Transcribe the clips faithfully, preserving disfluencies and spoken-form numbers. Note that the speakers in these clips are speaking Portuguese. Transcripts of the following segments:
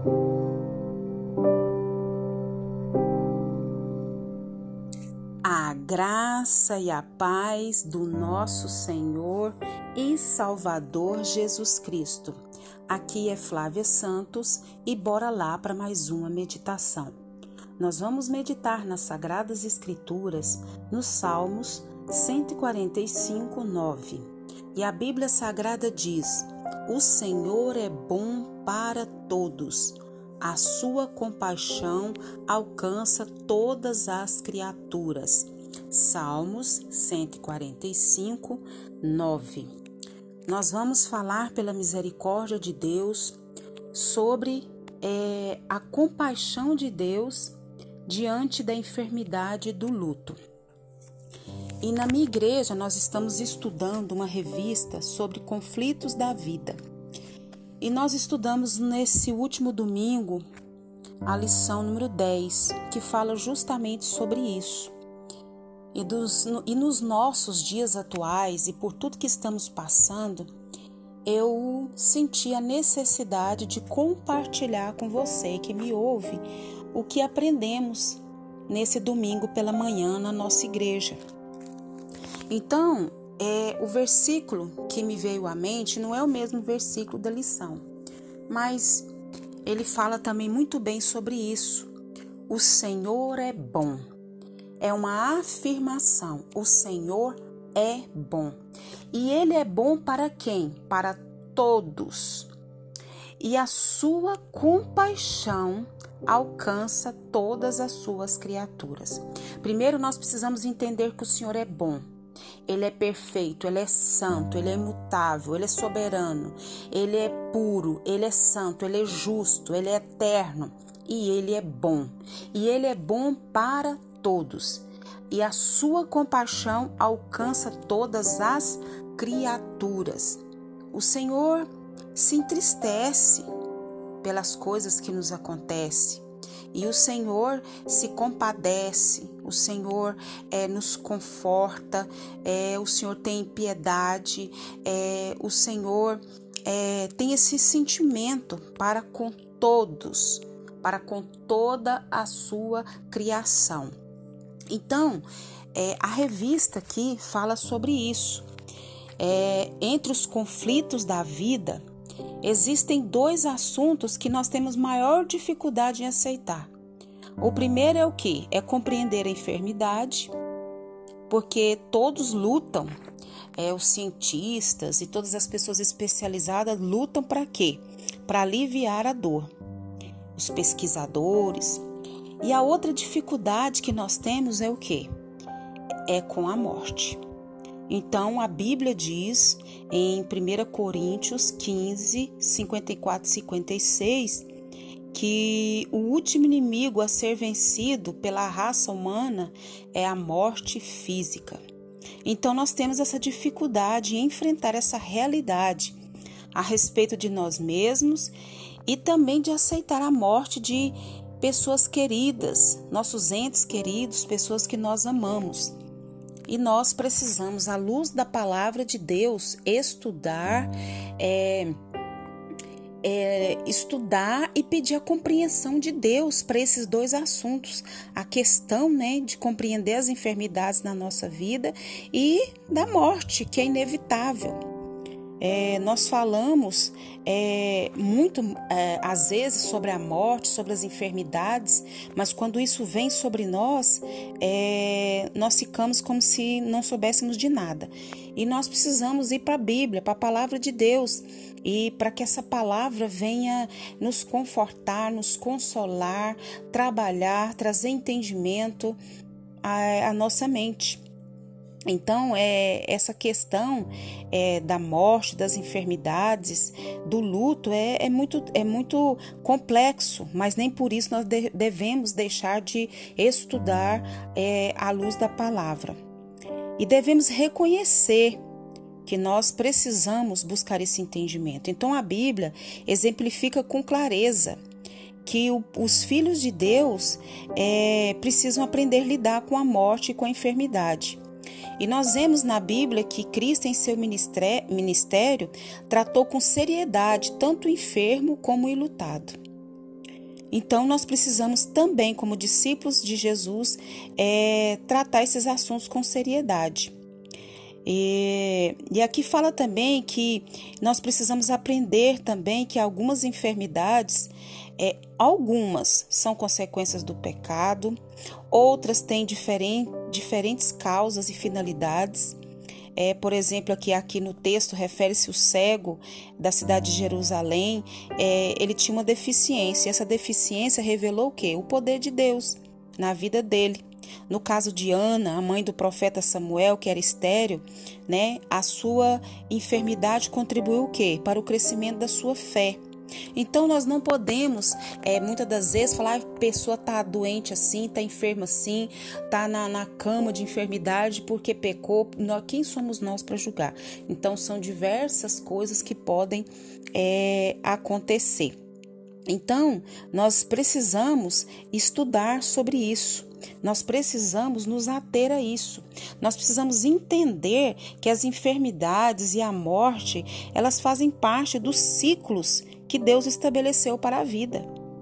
A graça e a paz do nosso Senhor e Salvador Jesus Cristo. Aqui é Flávia Santos e bora lá para mais uma meditação. Nós vamos meditar nas Sagradas Escrituras, nos Salmos cento e quarenta e cinco, nove. E a Bíblia Sagrada diz: o Senhor é bom para todos. A sua compaixão alcança todas as criaturas. Salmos cento e quarenta e cinco, nove. Nós vamos falar pela misericórdia de Deus sobre é, a compaixão de Deus diante da enfermidade e do luto. E na minha igreja nós estamos estudando uma revista sobre conflitos da vida. E nós estudamos nesse último domingo a lição número dez, que fala justamente sobre isso. E, dos, e nos nossos dias atuais e por tudo que estamos passando, eu senti a necessidade de compartilhar com você que me ouve o que aprendemos nesse domingo pela manhã na nossa igreja. Então, É, o versículo que me veio à mente não é o mesmo versículo da lição, mas ele fala também muito bem sobre isso. O Senhor é bom. É uma afirmação. O Senhor é bom. E Ele é bom para quem? Para todos. E a sua compaixão alcança todas as suas criaturas. Primeiro, nós precisamos entender que o Senhor é bom. Ele é perfeito, Ele é santo, Ele é imutável, Ele é soberano, Ele é puro, Ele é santo, Ele é justo, Ele é eterno e Ele é bom. E Ele é bom para todos. E a sua compaixão alcança todas as criaturas. O Senhor se entristece pelas coisas que nos acontecem. E o Senhor se compadece, o Senhor é, nos conforta, é, o Senhor tem piedade, é, o Senhor é, tem esse sentimento para com todos, para com toda a sua criação. Então, é, a revista aqui fala sobre isso. É, entre os conflitos da vida, existem dois assuntos que nós temos maior dificuldade em aceitar. O primeiro é o quê? É compreender a enfermidade, porque todos lutam, é, os cientistas e todas as pessoas especializadas lutam para quê? Para aliviar a dor. Os pesquisadores. E a outra dificuldade que nós temos é o quê? É com a morte. Então, a Bíblia diz em primeira Coríntios quinze, cinquenta e quatro e cinquenta e seis que o último inimigo a ser vencido pela raça humana é a morte física. Então, nós temos essa dificuldade em enfrentar essa realidade a respeito de nós mesmos e também de aceitar a morte de pessoas queridas, nossos entes queridos, pessoas que nós amamos. E nós precisamos, à luz da palavra de Deus, estudar, é, é, estudar e pedir a compreensão de Deus para esses dois assuntos. A questão, né, de compreender as enfermidades na nossa vida e da morte, que é inevitável. É, nós falamos é, muito, é, às vezes, sobre a morte, sobre as enfermidades, mas quando isso vem sobre nós, é, nós ficamos como se não soubéssemos de nada. E nós precisamos ir para a Bíblia, para a palavra de Deus, e para que essa palavra venha nos confortar, nos consolar, trabalhar, trazer entendimento à, à nossa mente. Então, é, essa questão é, da morte, das enfermidades, do luto é, é, muito, é muito complexo, mas nem por isso nós de, devemos deixar de estudar é, à luz da palavra. E devemos reconhecer que nós precisamos buscar esse entendimento. Então, a Bíblia exemplifica com clareza que o, os filhos de Deus é, precisam aprender a lidar com a morte e com a enfermidade. E nós vemos na Bíblia que Cristo, em seu ministério, tratou com seriedade tanto o enfermo como o enlutado. Então, nós precisamos também, como discípulos de Jesus, é, tratar esses assuntos com seriedade. E, e aqui fala também que nós precisamos aprender também que algumas enfermidades, é, algumas são consequências do pecado, outras têm diferente, diferentes causas e finalidades. É, por exemplo, aqui, aqui no texto refere-se o cego da cidade de Jerusalém, é, ele tinha uma deficiência, e essa deficiência revelou o quê? O poder de Deus na vida dele. No caso de Ana, a mãe do profeta Samuel, que era estéril, né, a sua enfermidade contribuiu o quê? Para o crescimento da sua fé. Então nós não podemos, é, muitas das vezes, falar a pessoa está doente assim, está enferma assim, está na, na cama de enfermidade porque pecou. Nós, quem somos nós para julgar? Então são diversas coisas que podem é, acontecer. Então nós precisamos estudar sobre isso. Nós precisamos nos ater a isso. Nós precisamos entender que as enfermidades e a morte, elas fazem parte dos ciclos que Deus estabeleceu para a vida.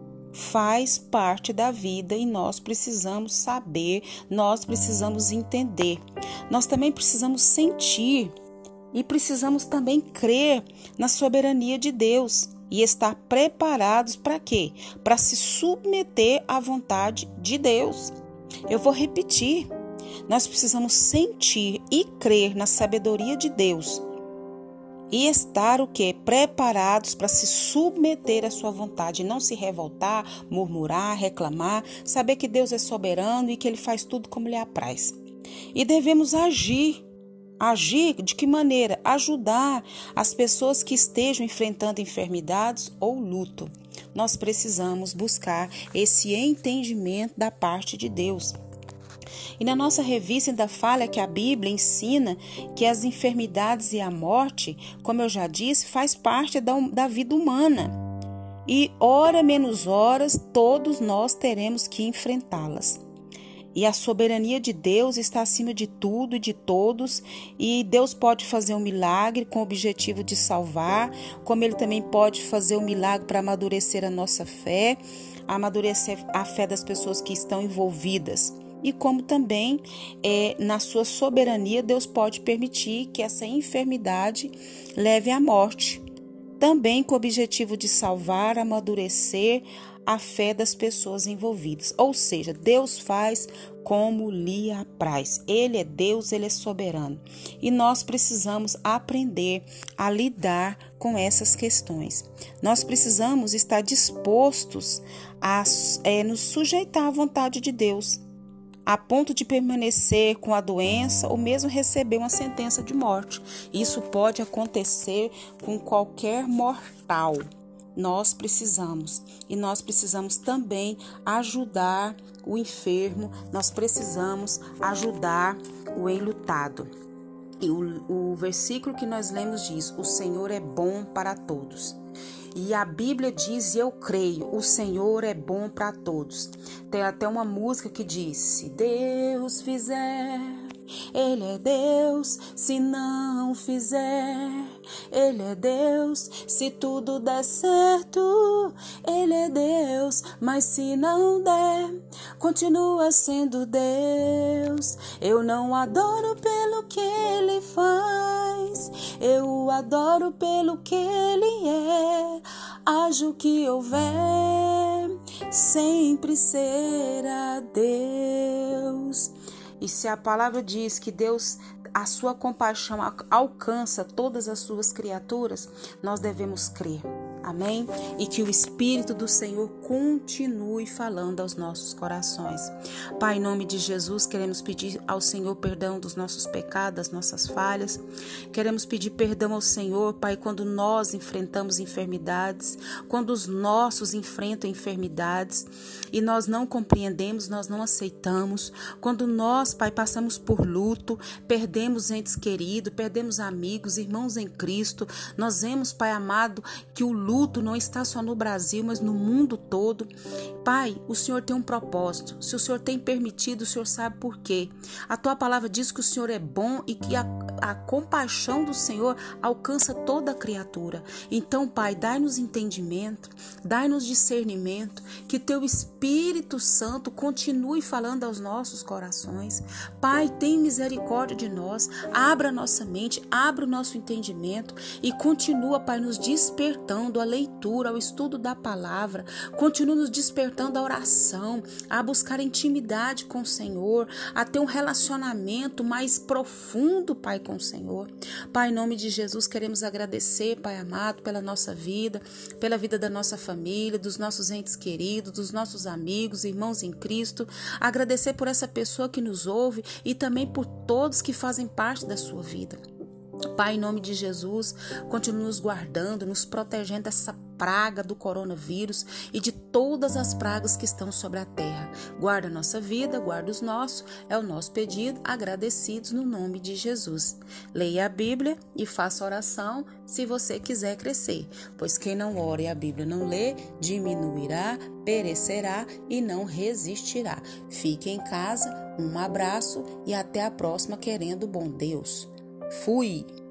Faz parte da vida e nós precisamos saber, nós precisamos entender. Nós também precisamos sentir e precisamos também crer na soberania de Deus e estar preparados para quê? Para se submeter à vontade de Deus. Eu vou repetir. Nós precisamos sentir e crer na sabedoria de Deus e estar o quê? Preparados para se submeter à sua vontade, não se revoltar, murmurar, reclamar, saber que Deus é soberano e que Ele faz tudo como lhe apraz. E devemos agir. Agir de que maneira? Ajudar as pessoas que estejam enfrentando enfermidades ou luto. Nós precisamos buscar esse entendimento da parte de Deus. E na nossa revista ainda fala que a Bíblia ensina que as enfermidades e a morte, como eu já disse, faz parte da, da vida humana. E hora menos horas, todos nós teremos que enfrentá-las. E a soberania de Deus está acima de tudo e de todos, e Deus pode fazer um milagre com o objetivo de salvar, como Ele também pode fazer um milagre para amadurecer a nossa fé, amadurecer a fé das pessoas que estão envolvidas. E como também, é, na sua soberania, Deus pode permitir que essa enfermidade leve à morte, também com o objetivo de salvar, amadurecer a fé das pessoas envolvidas. Ou seja, Deus faz como lhe apraz. Ele é Deus, Ele é soberano. E nós precisamos aprender a lidar com essas questões. Nós precisamos estar dispostos a é, nos sujeitar à vontade de Deus, a ponto de permanecer com a doença ou mesmo receber uma sentença de morte. Isso pode acontecer com qualquer mortal. Nós precisamos, e nós precisamos também ajudar o enfermo, nós precisamos ajudar o enlutado. E o, o versículo que nós lemos diz: o Senhor é bom para todos. E a Bíblia diz, e eu creio, o Senhor é bom para todos. Tem até uma música que diz: se Deus fizer, Ele é Deus. Se não fizer, Ele é Deus. Se tudo der certo, Ele é Deus. Mas se não der, continua sendo Deus. Eu não adoro pelo que Ele faz, eu o adoro pelo que Ele é. Haja o que houver, sempre será Deus. E se a palavra diz que Deus, a sua compaixão alcança todas as suas criaturas, nós devemos crer. Amém? E que o Espírito do Senhor continue falando aos nossos corações. Pai, em nome de Jesus, queremos pedir ao Senhor perdão dos nossos pecados, das nossas falhas. Queremos pedir perdão ao Senhor, Pai, quando nós enfrentamos enfermidades, quando os nossos enfrentam enfermidades e nós não compreendemos, nós não aceitamos. Quando nós, Pai, passamos por luto, perdemos entes queridos, perdemos amigos, irmãos em Cristo, nós vemos, Pai amado, que o luto luto não está só no Brasil, mas no mundo todo. Pai, o Senhor tem um propósito. Se o Senhor tem permitido, o Senhor sabe por quê. A tua palavra diz que o Senhor é bom e que a, a compaixão do Senhor alcança toda a criatura. Então, Pai, dai-nos entendimento, dai-nos discernimento, que teu Espírito Santo continue falando aos nossos corações. Pai, tem misericórdia de nós, abra nossa mente, abra o nosso entendimento e continua, Pai, nos despertando à leitura, ao estudo da palavra, continua nos despertando à oração, a buscar intimidade com o Senhor, a ter um relacionamento mais profundo, Pai, com o Senhor. Pai, em nome de Jesus, queremos agradecer, Pai amado, pela nossa vida, pela vida da nossa família, dos nossos entes queridos, dos nossos amigos, irmãos em Cristo, agradecer por essa pessoa que nos ouve e também por todos que fazem parte da sua vida. Pai, em nome de Jesus, continue nos guardando, nos protegendo dessa praga do coronavírus e de todas as pragas que estão sobre a terra. Guarda a nossa vida, guarda os nossos, é o nosso pedido, agradecidos no nome de Jesus. Leia a Bíblia e faça oração se você quiser crescer, pois quem não ora e a Bíblia não lê, diminuirá, perecerá e não resistirá. Fique em casa, um abraço e até a próxima, querendo o bom Deus. Fui!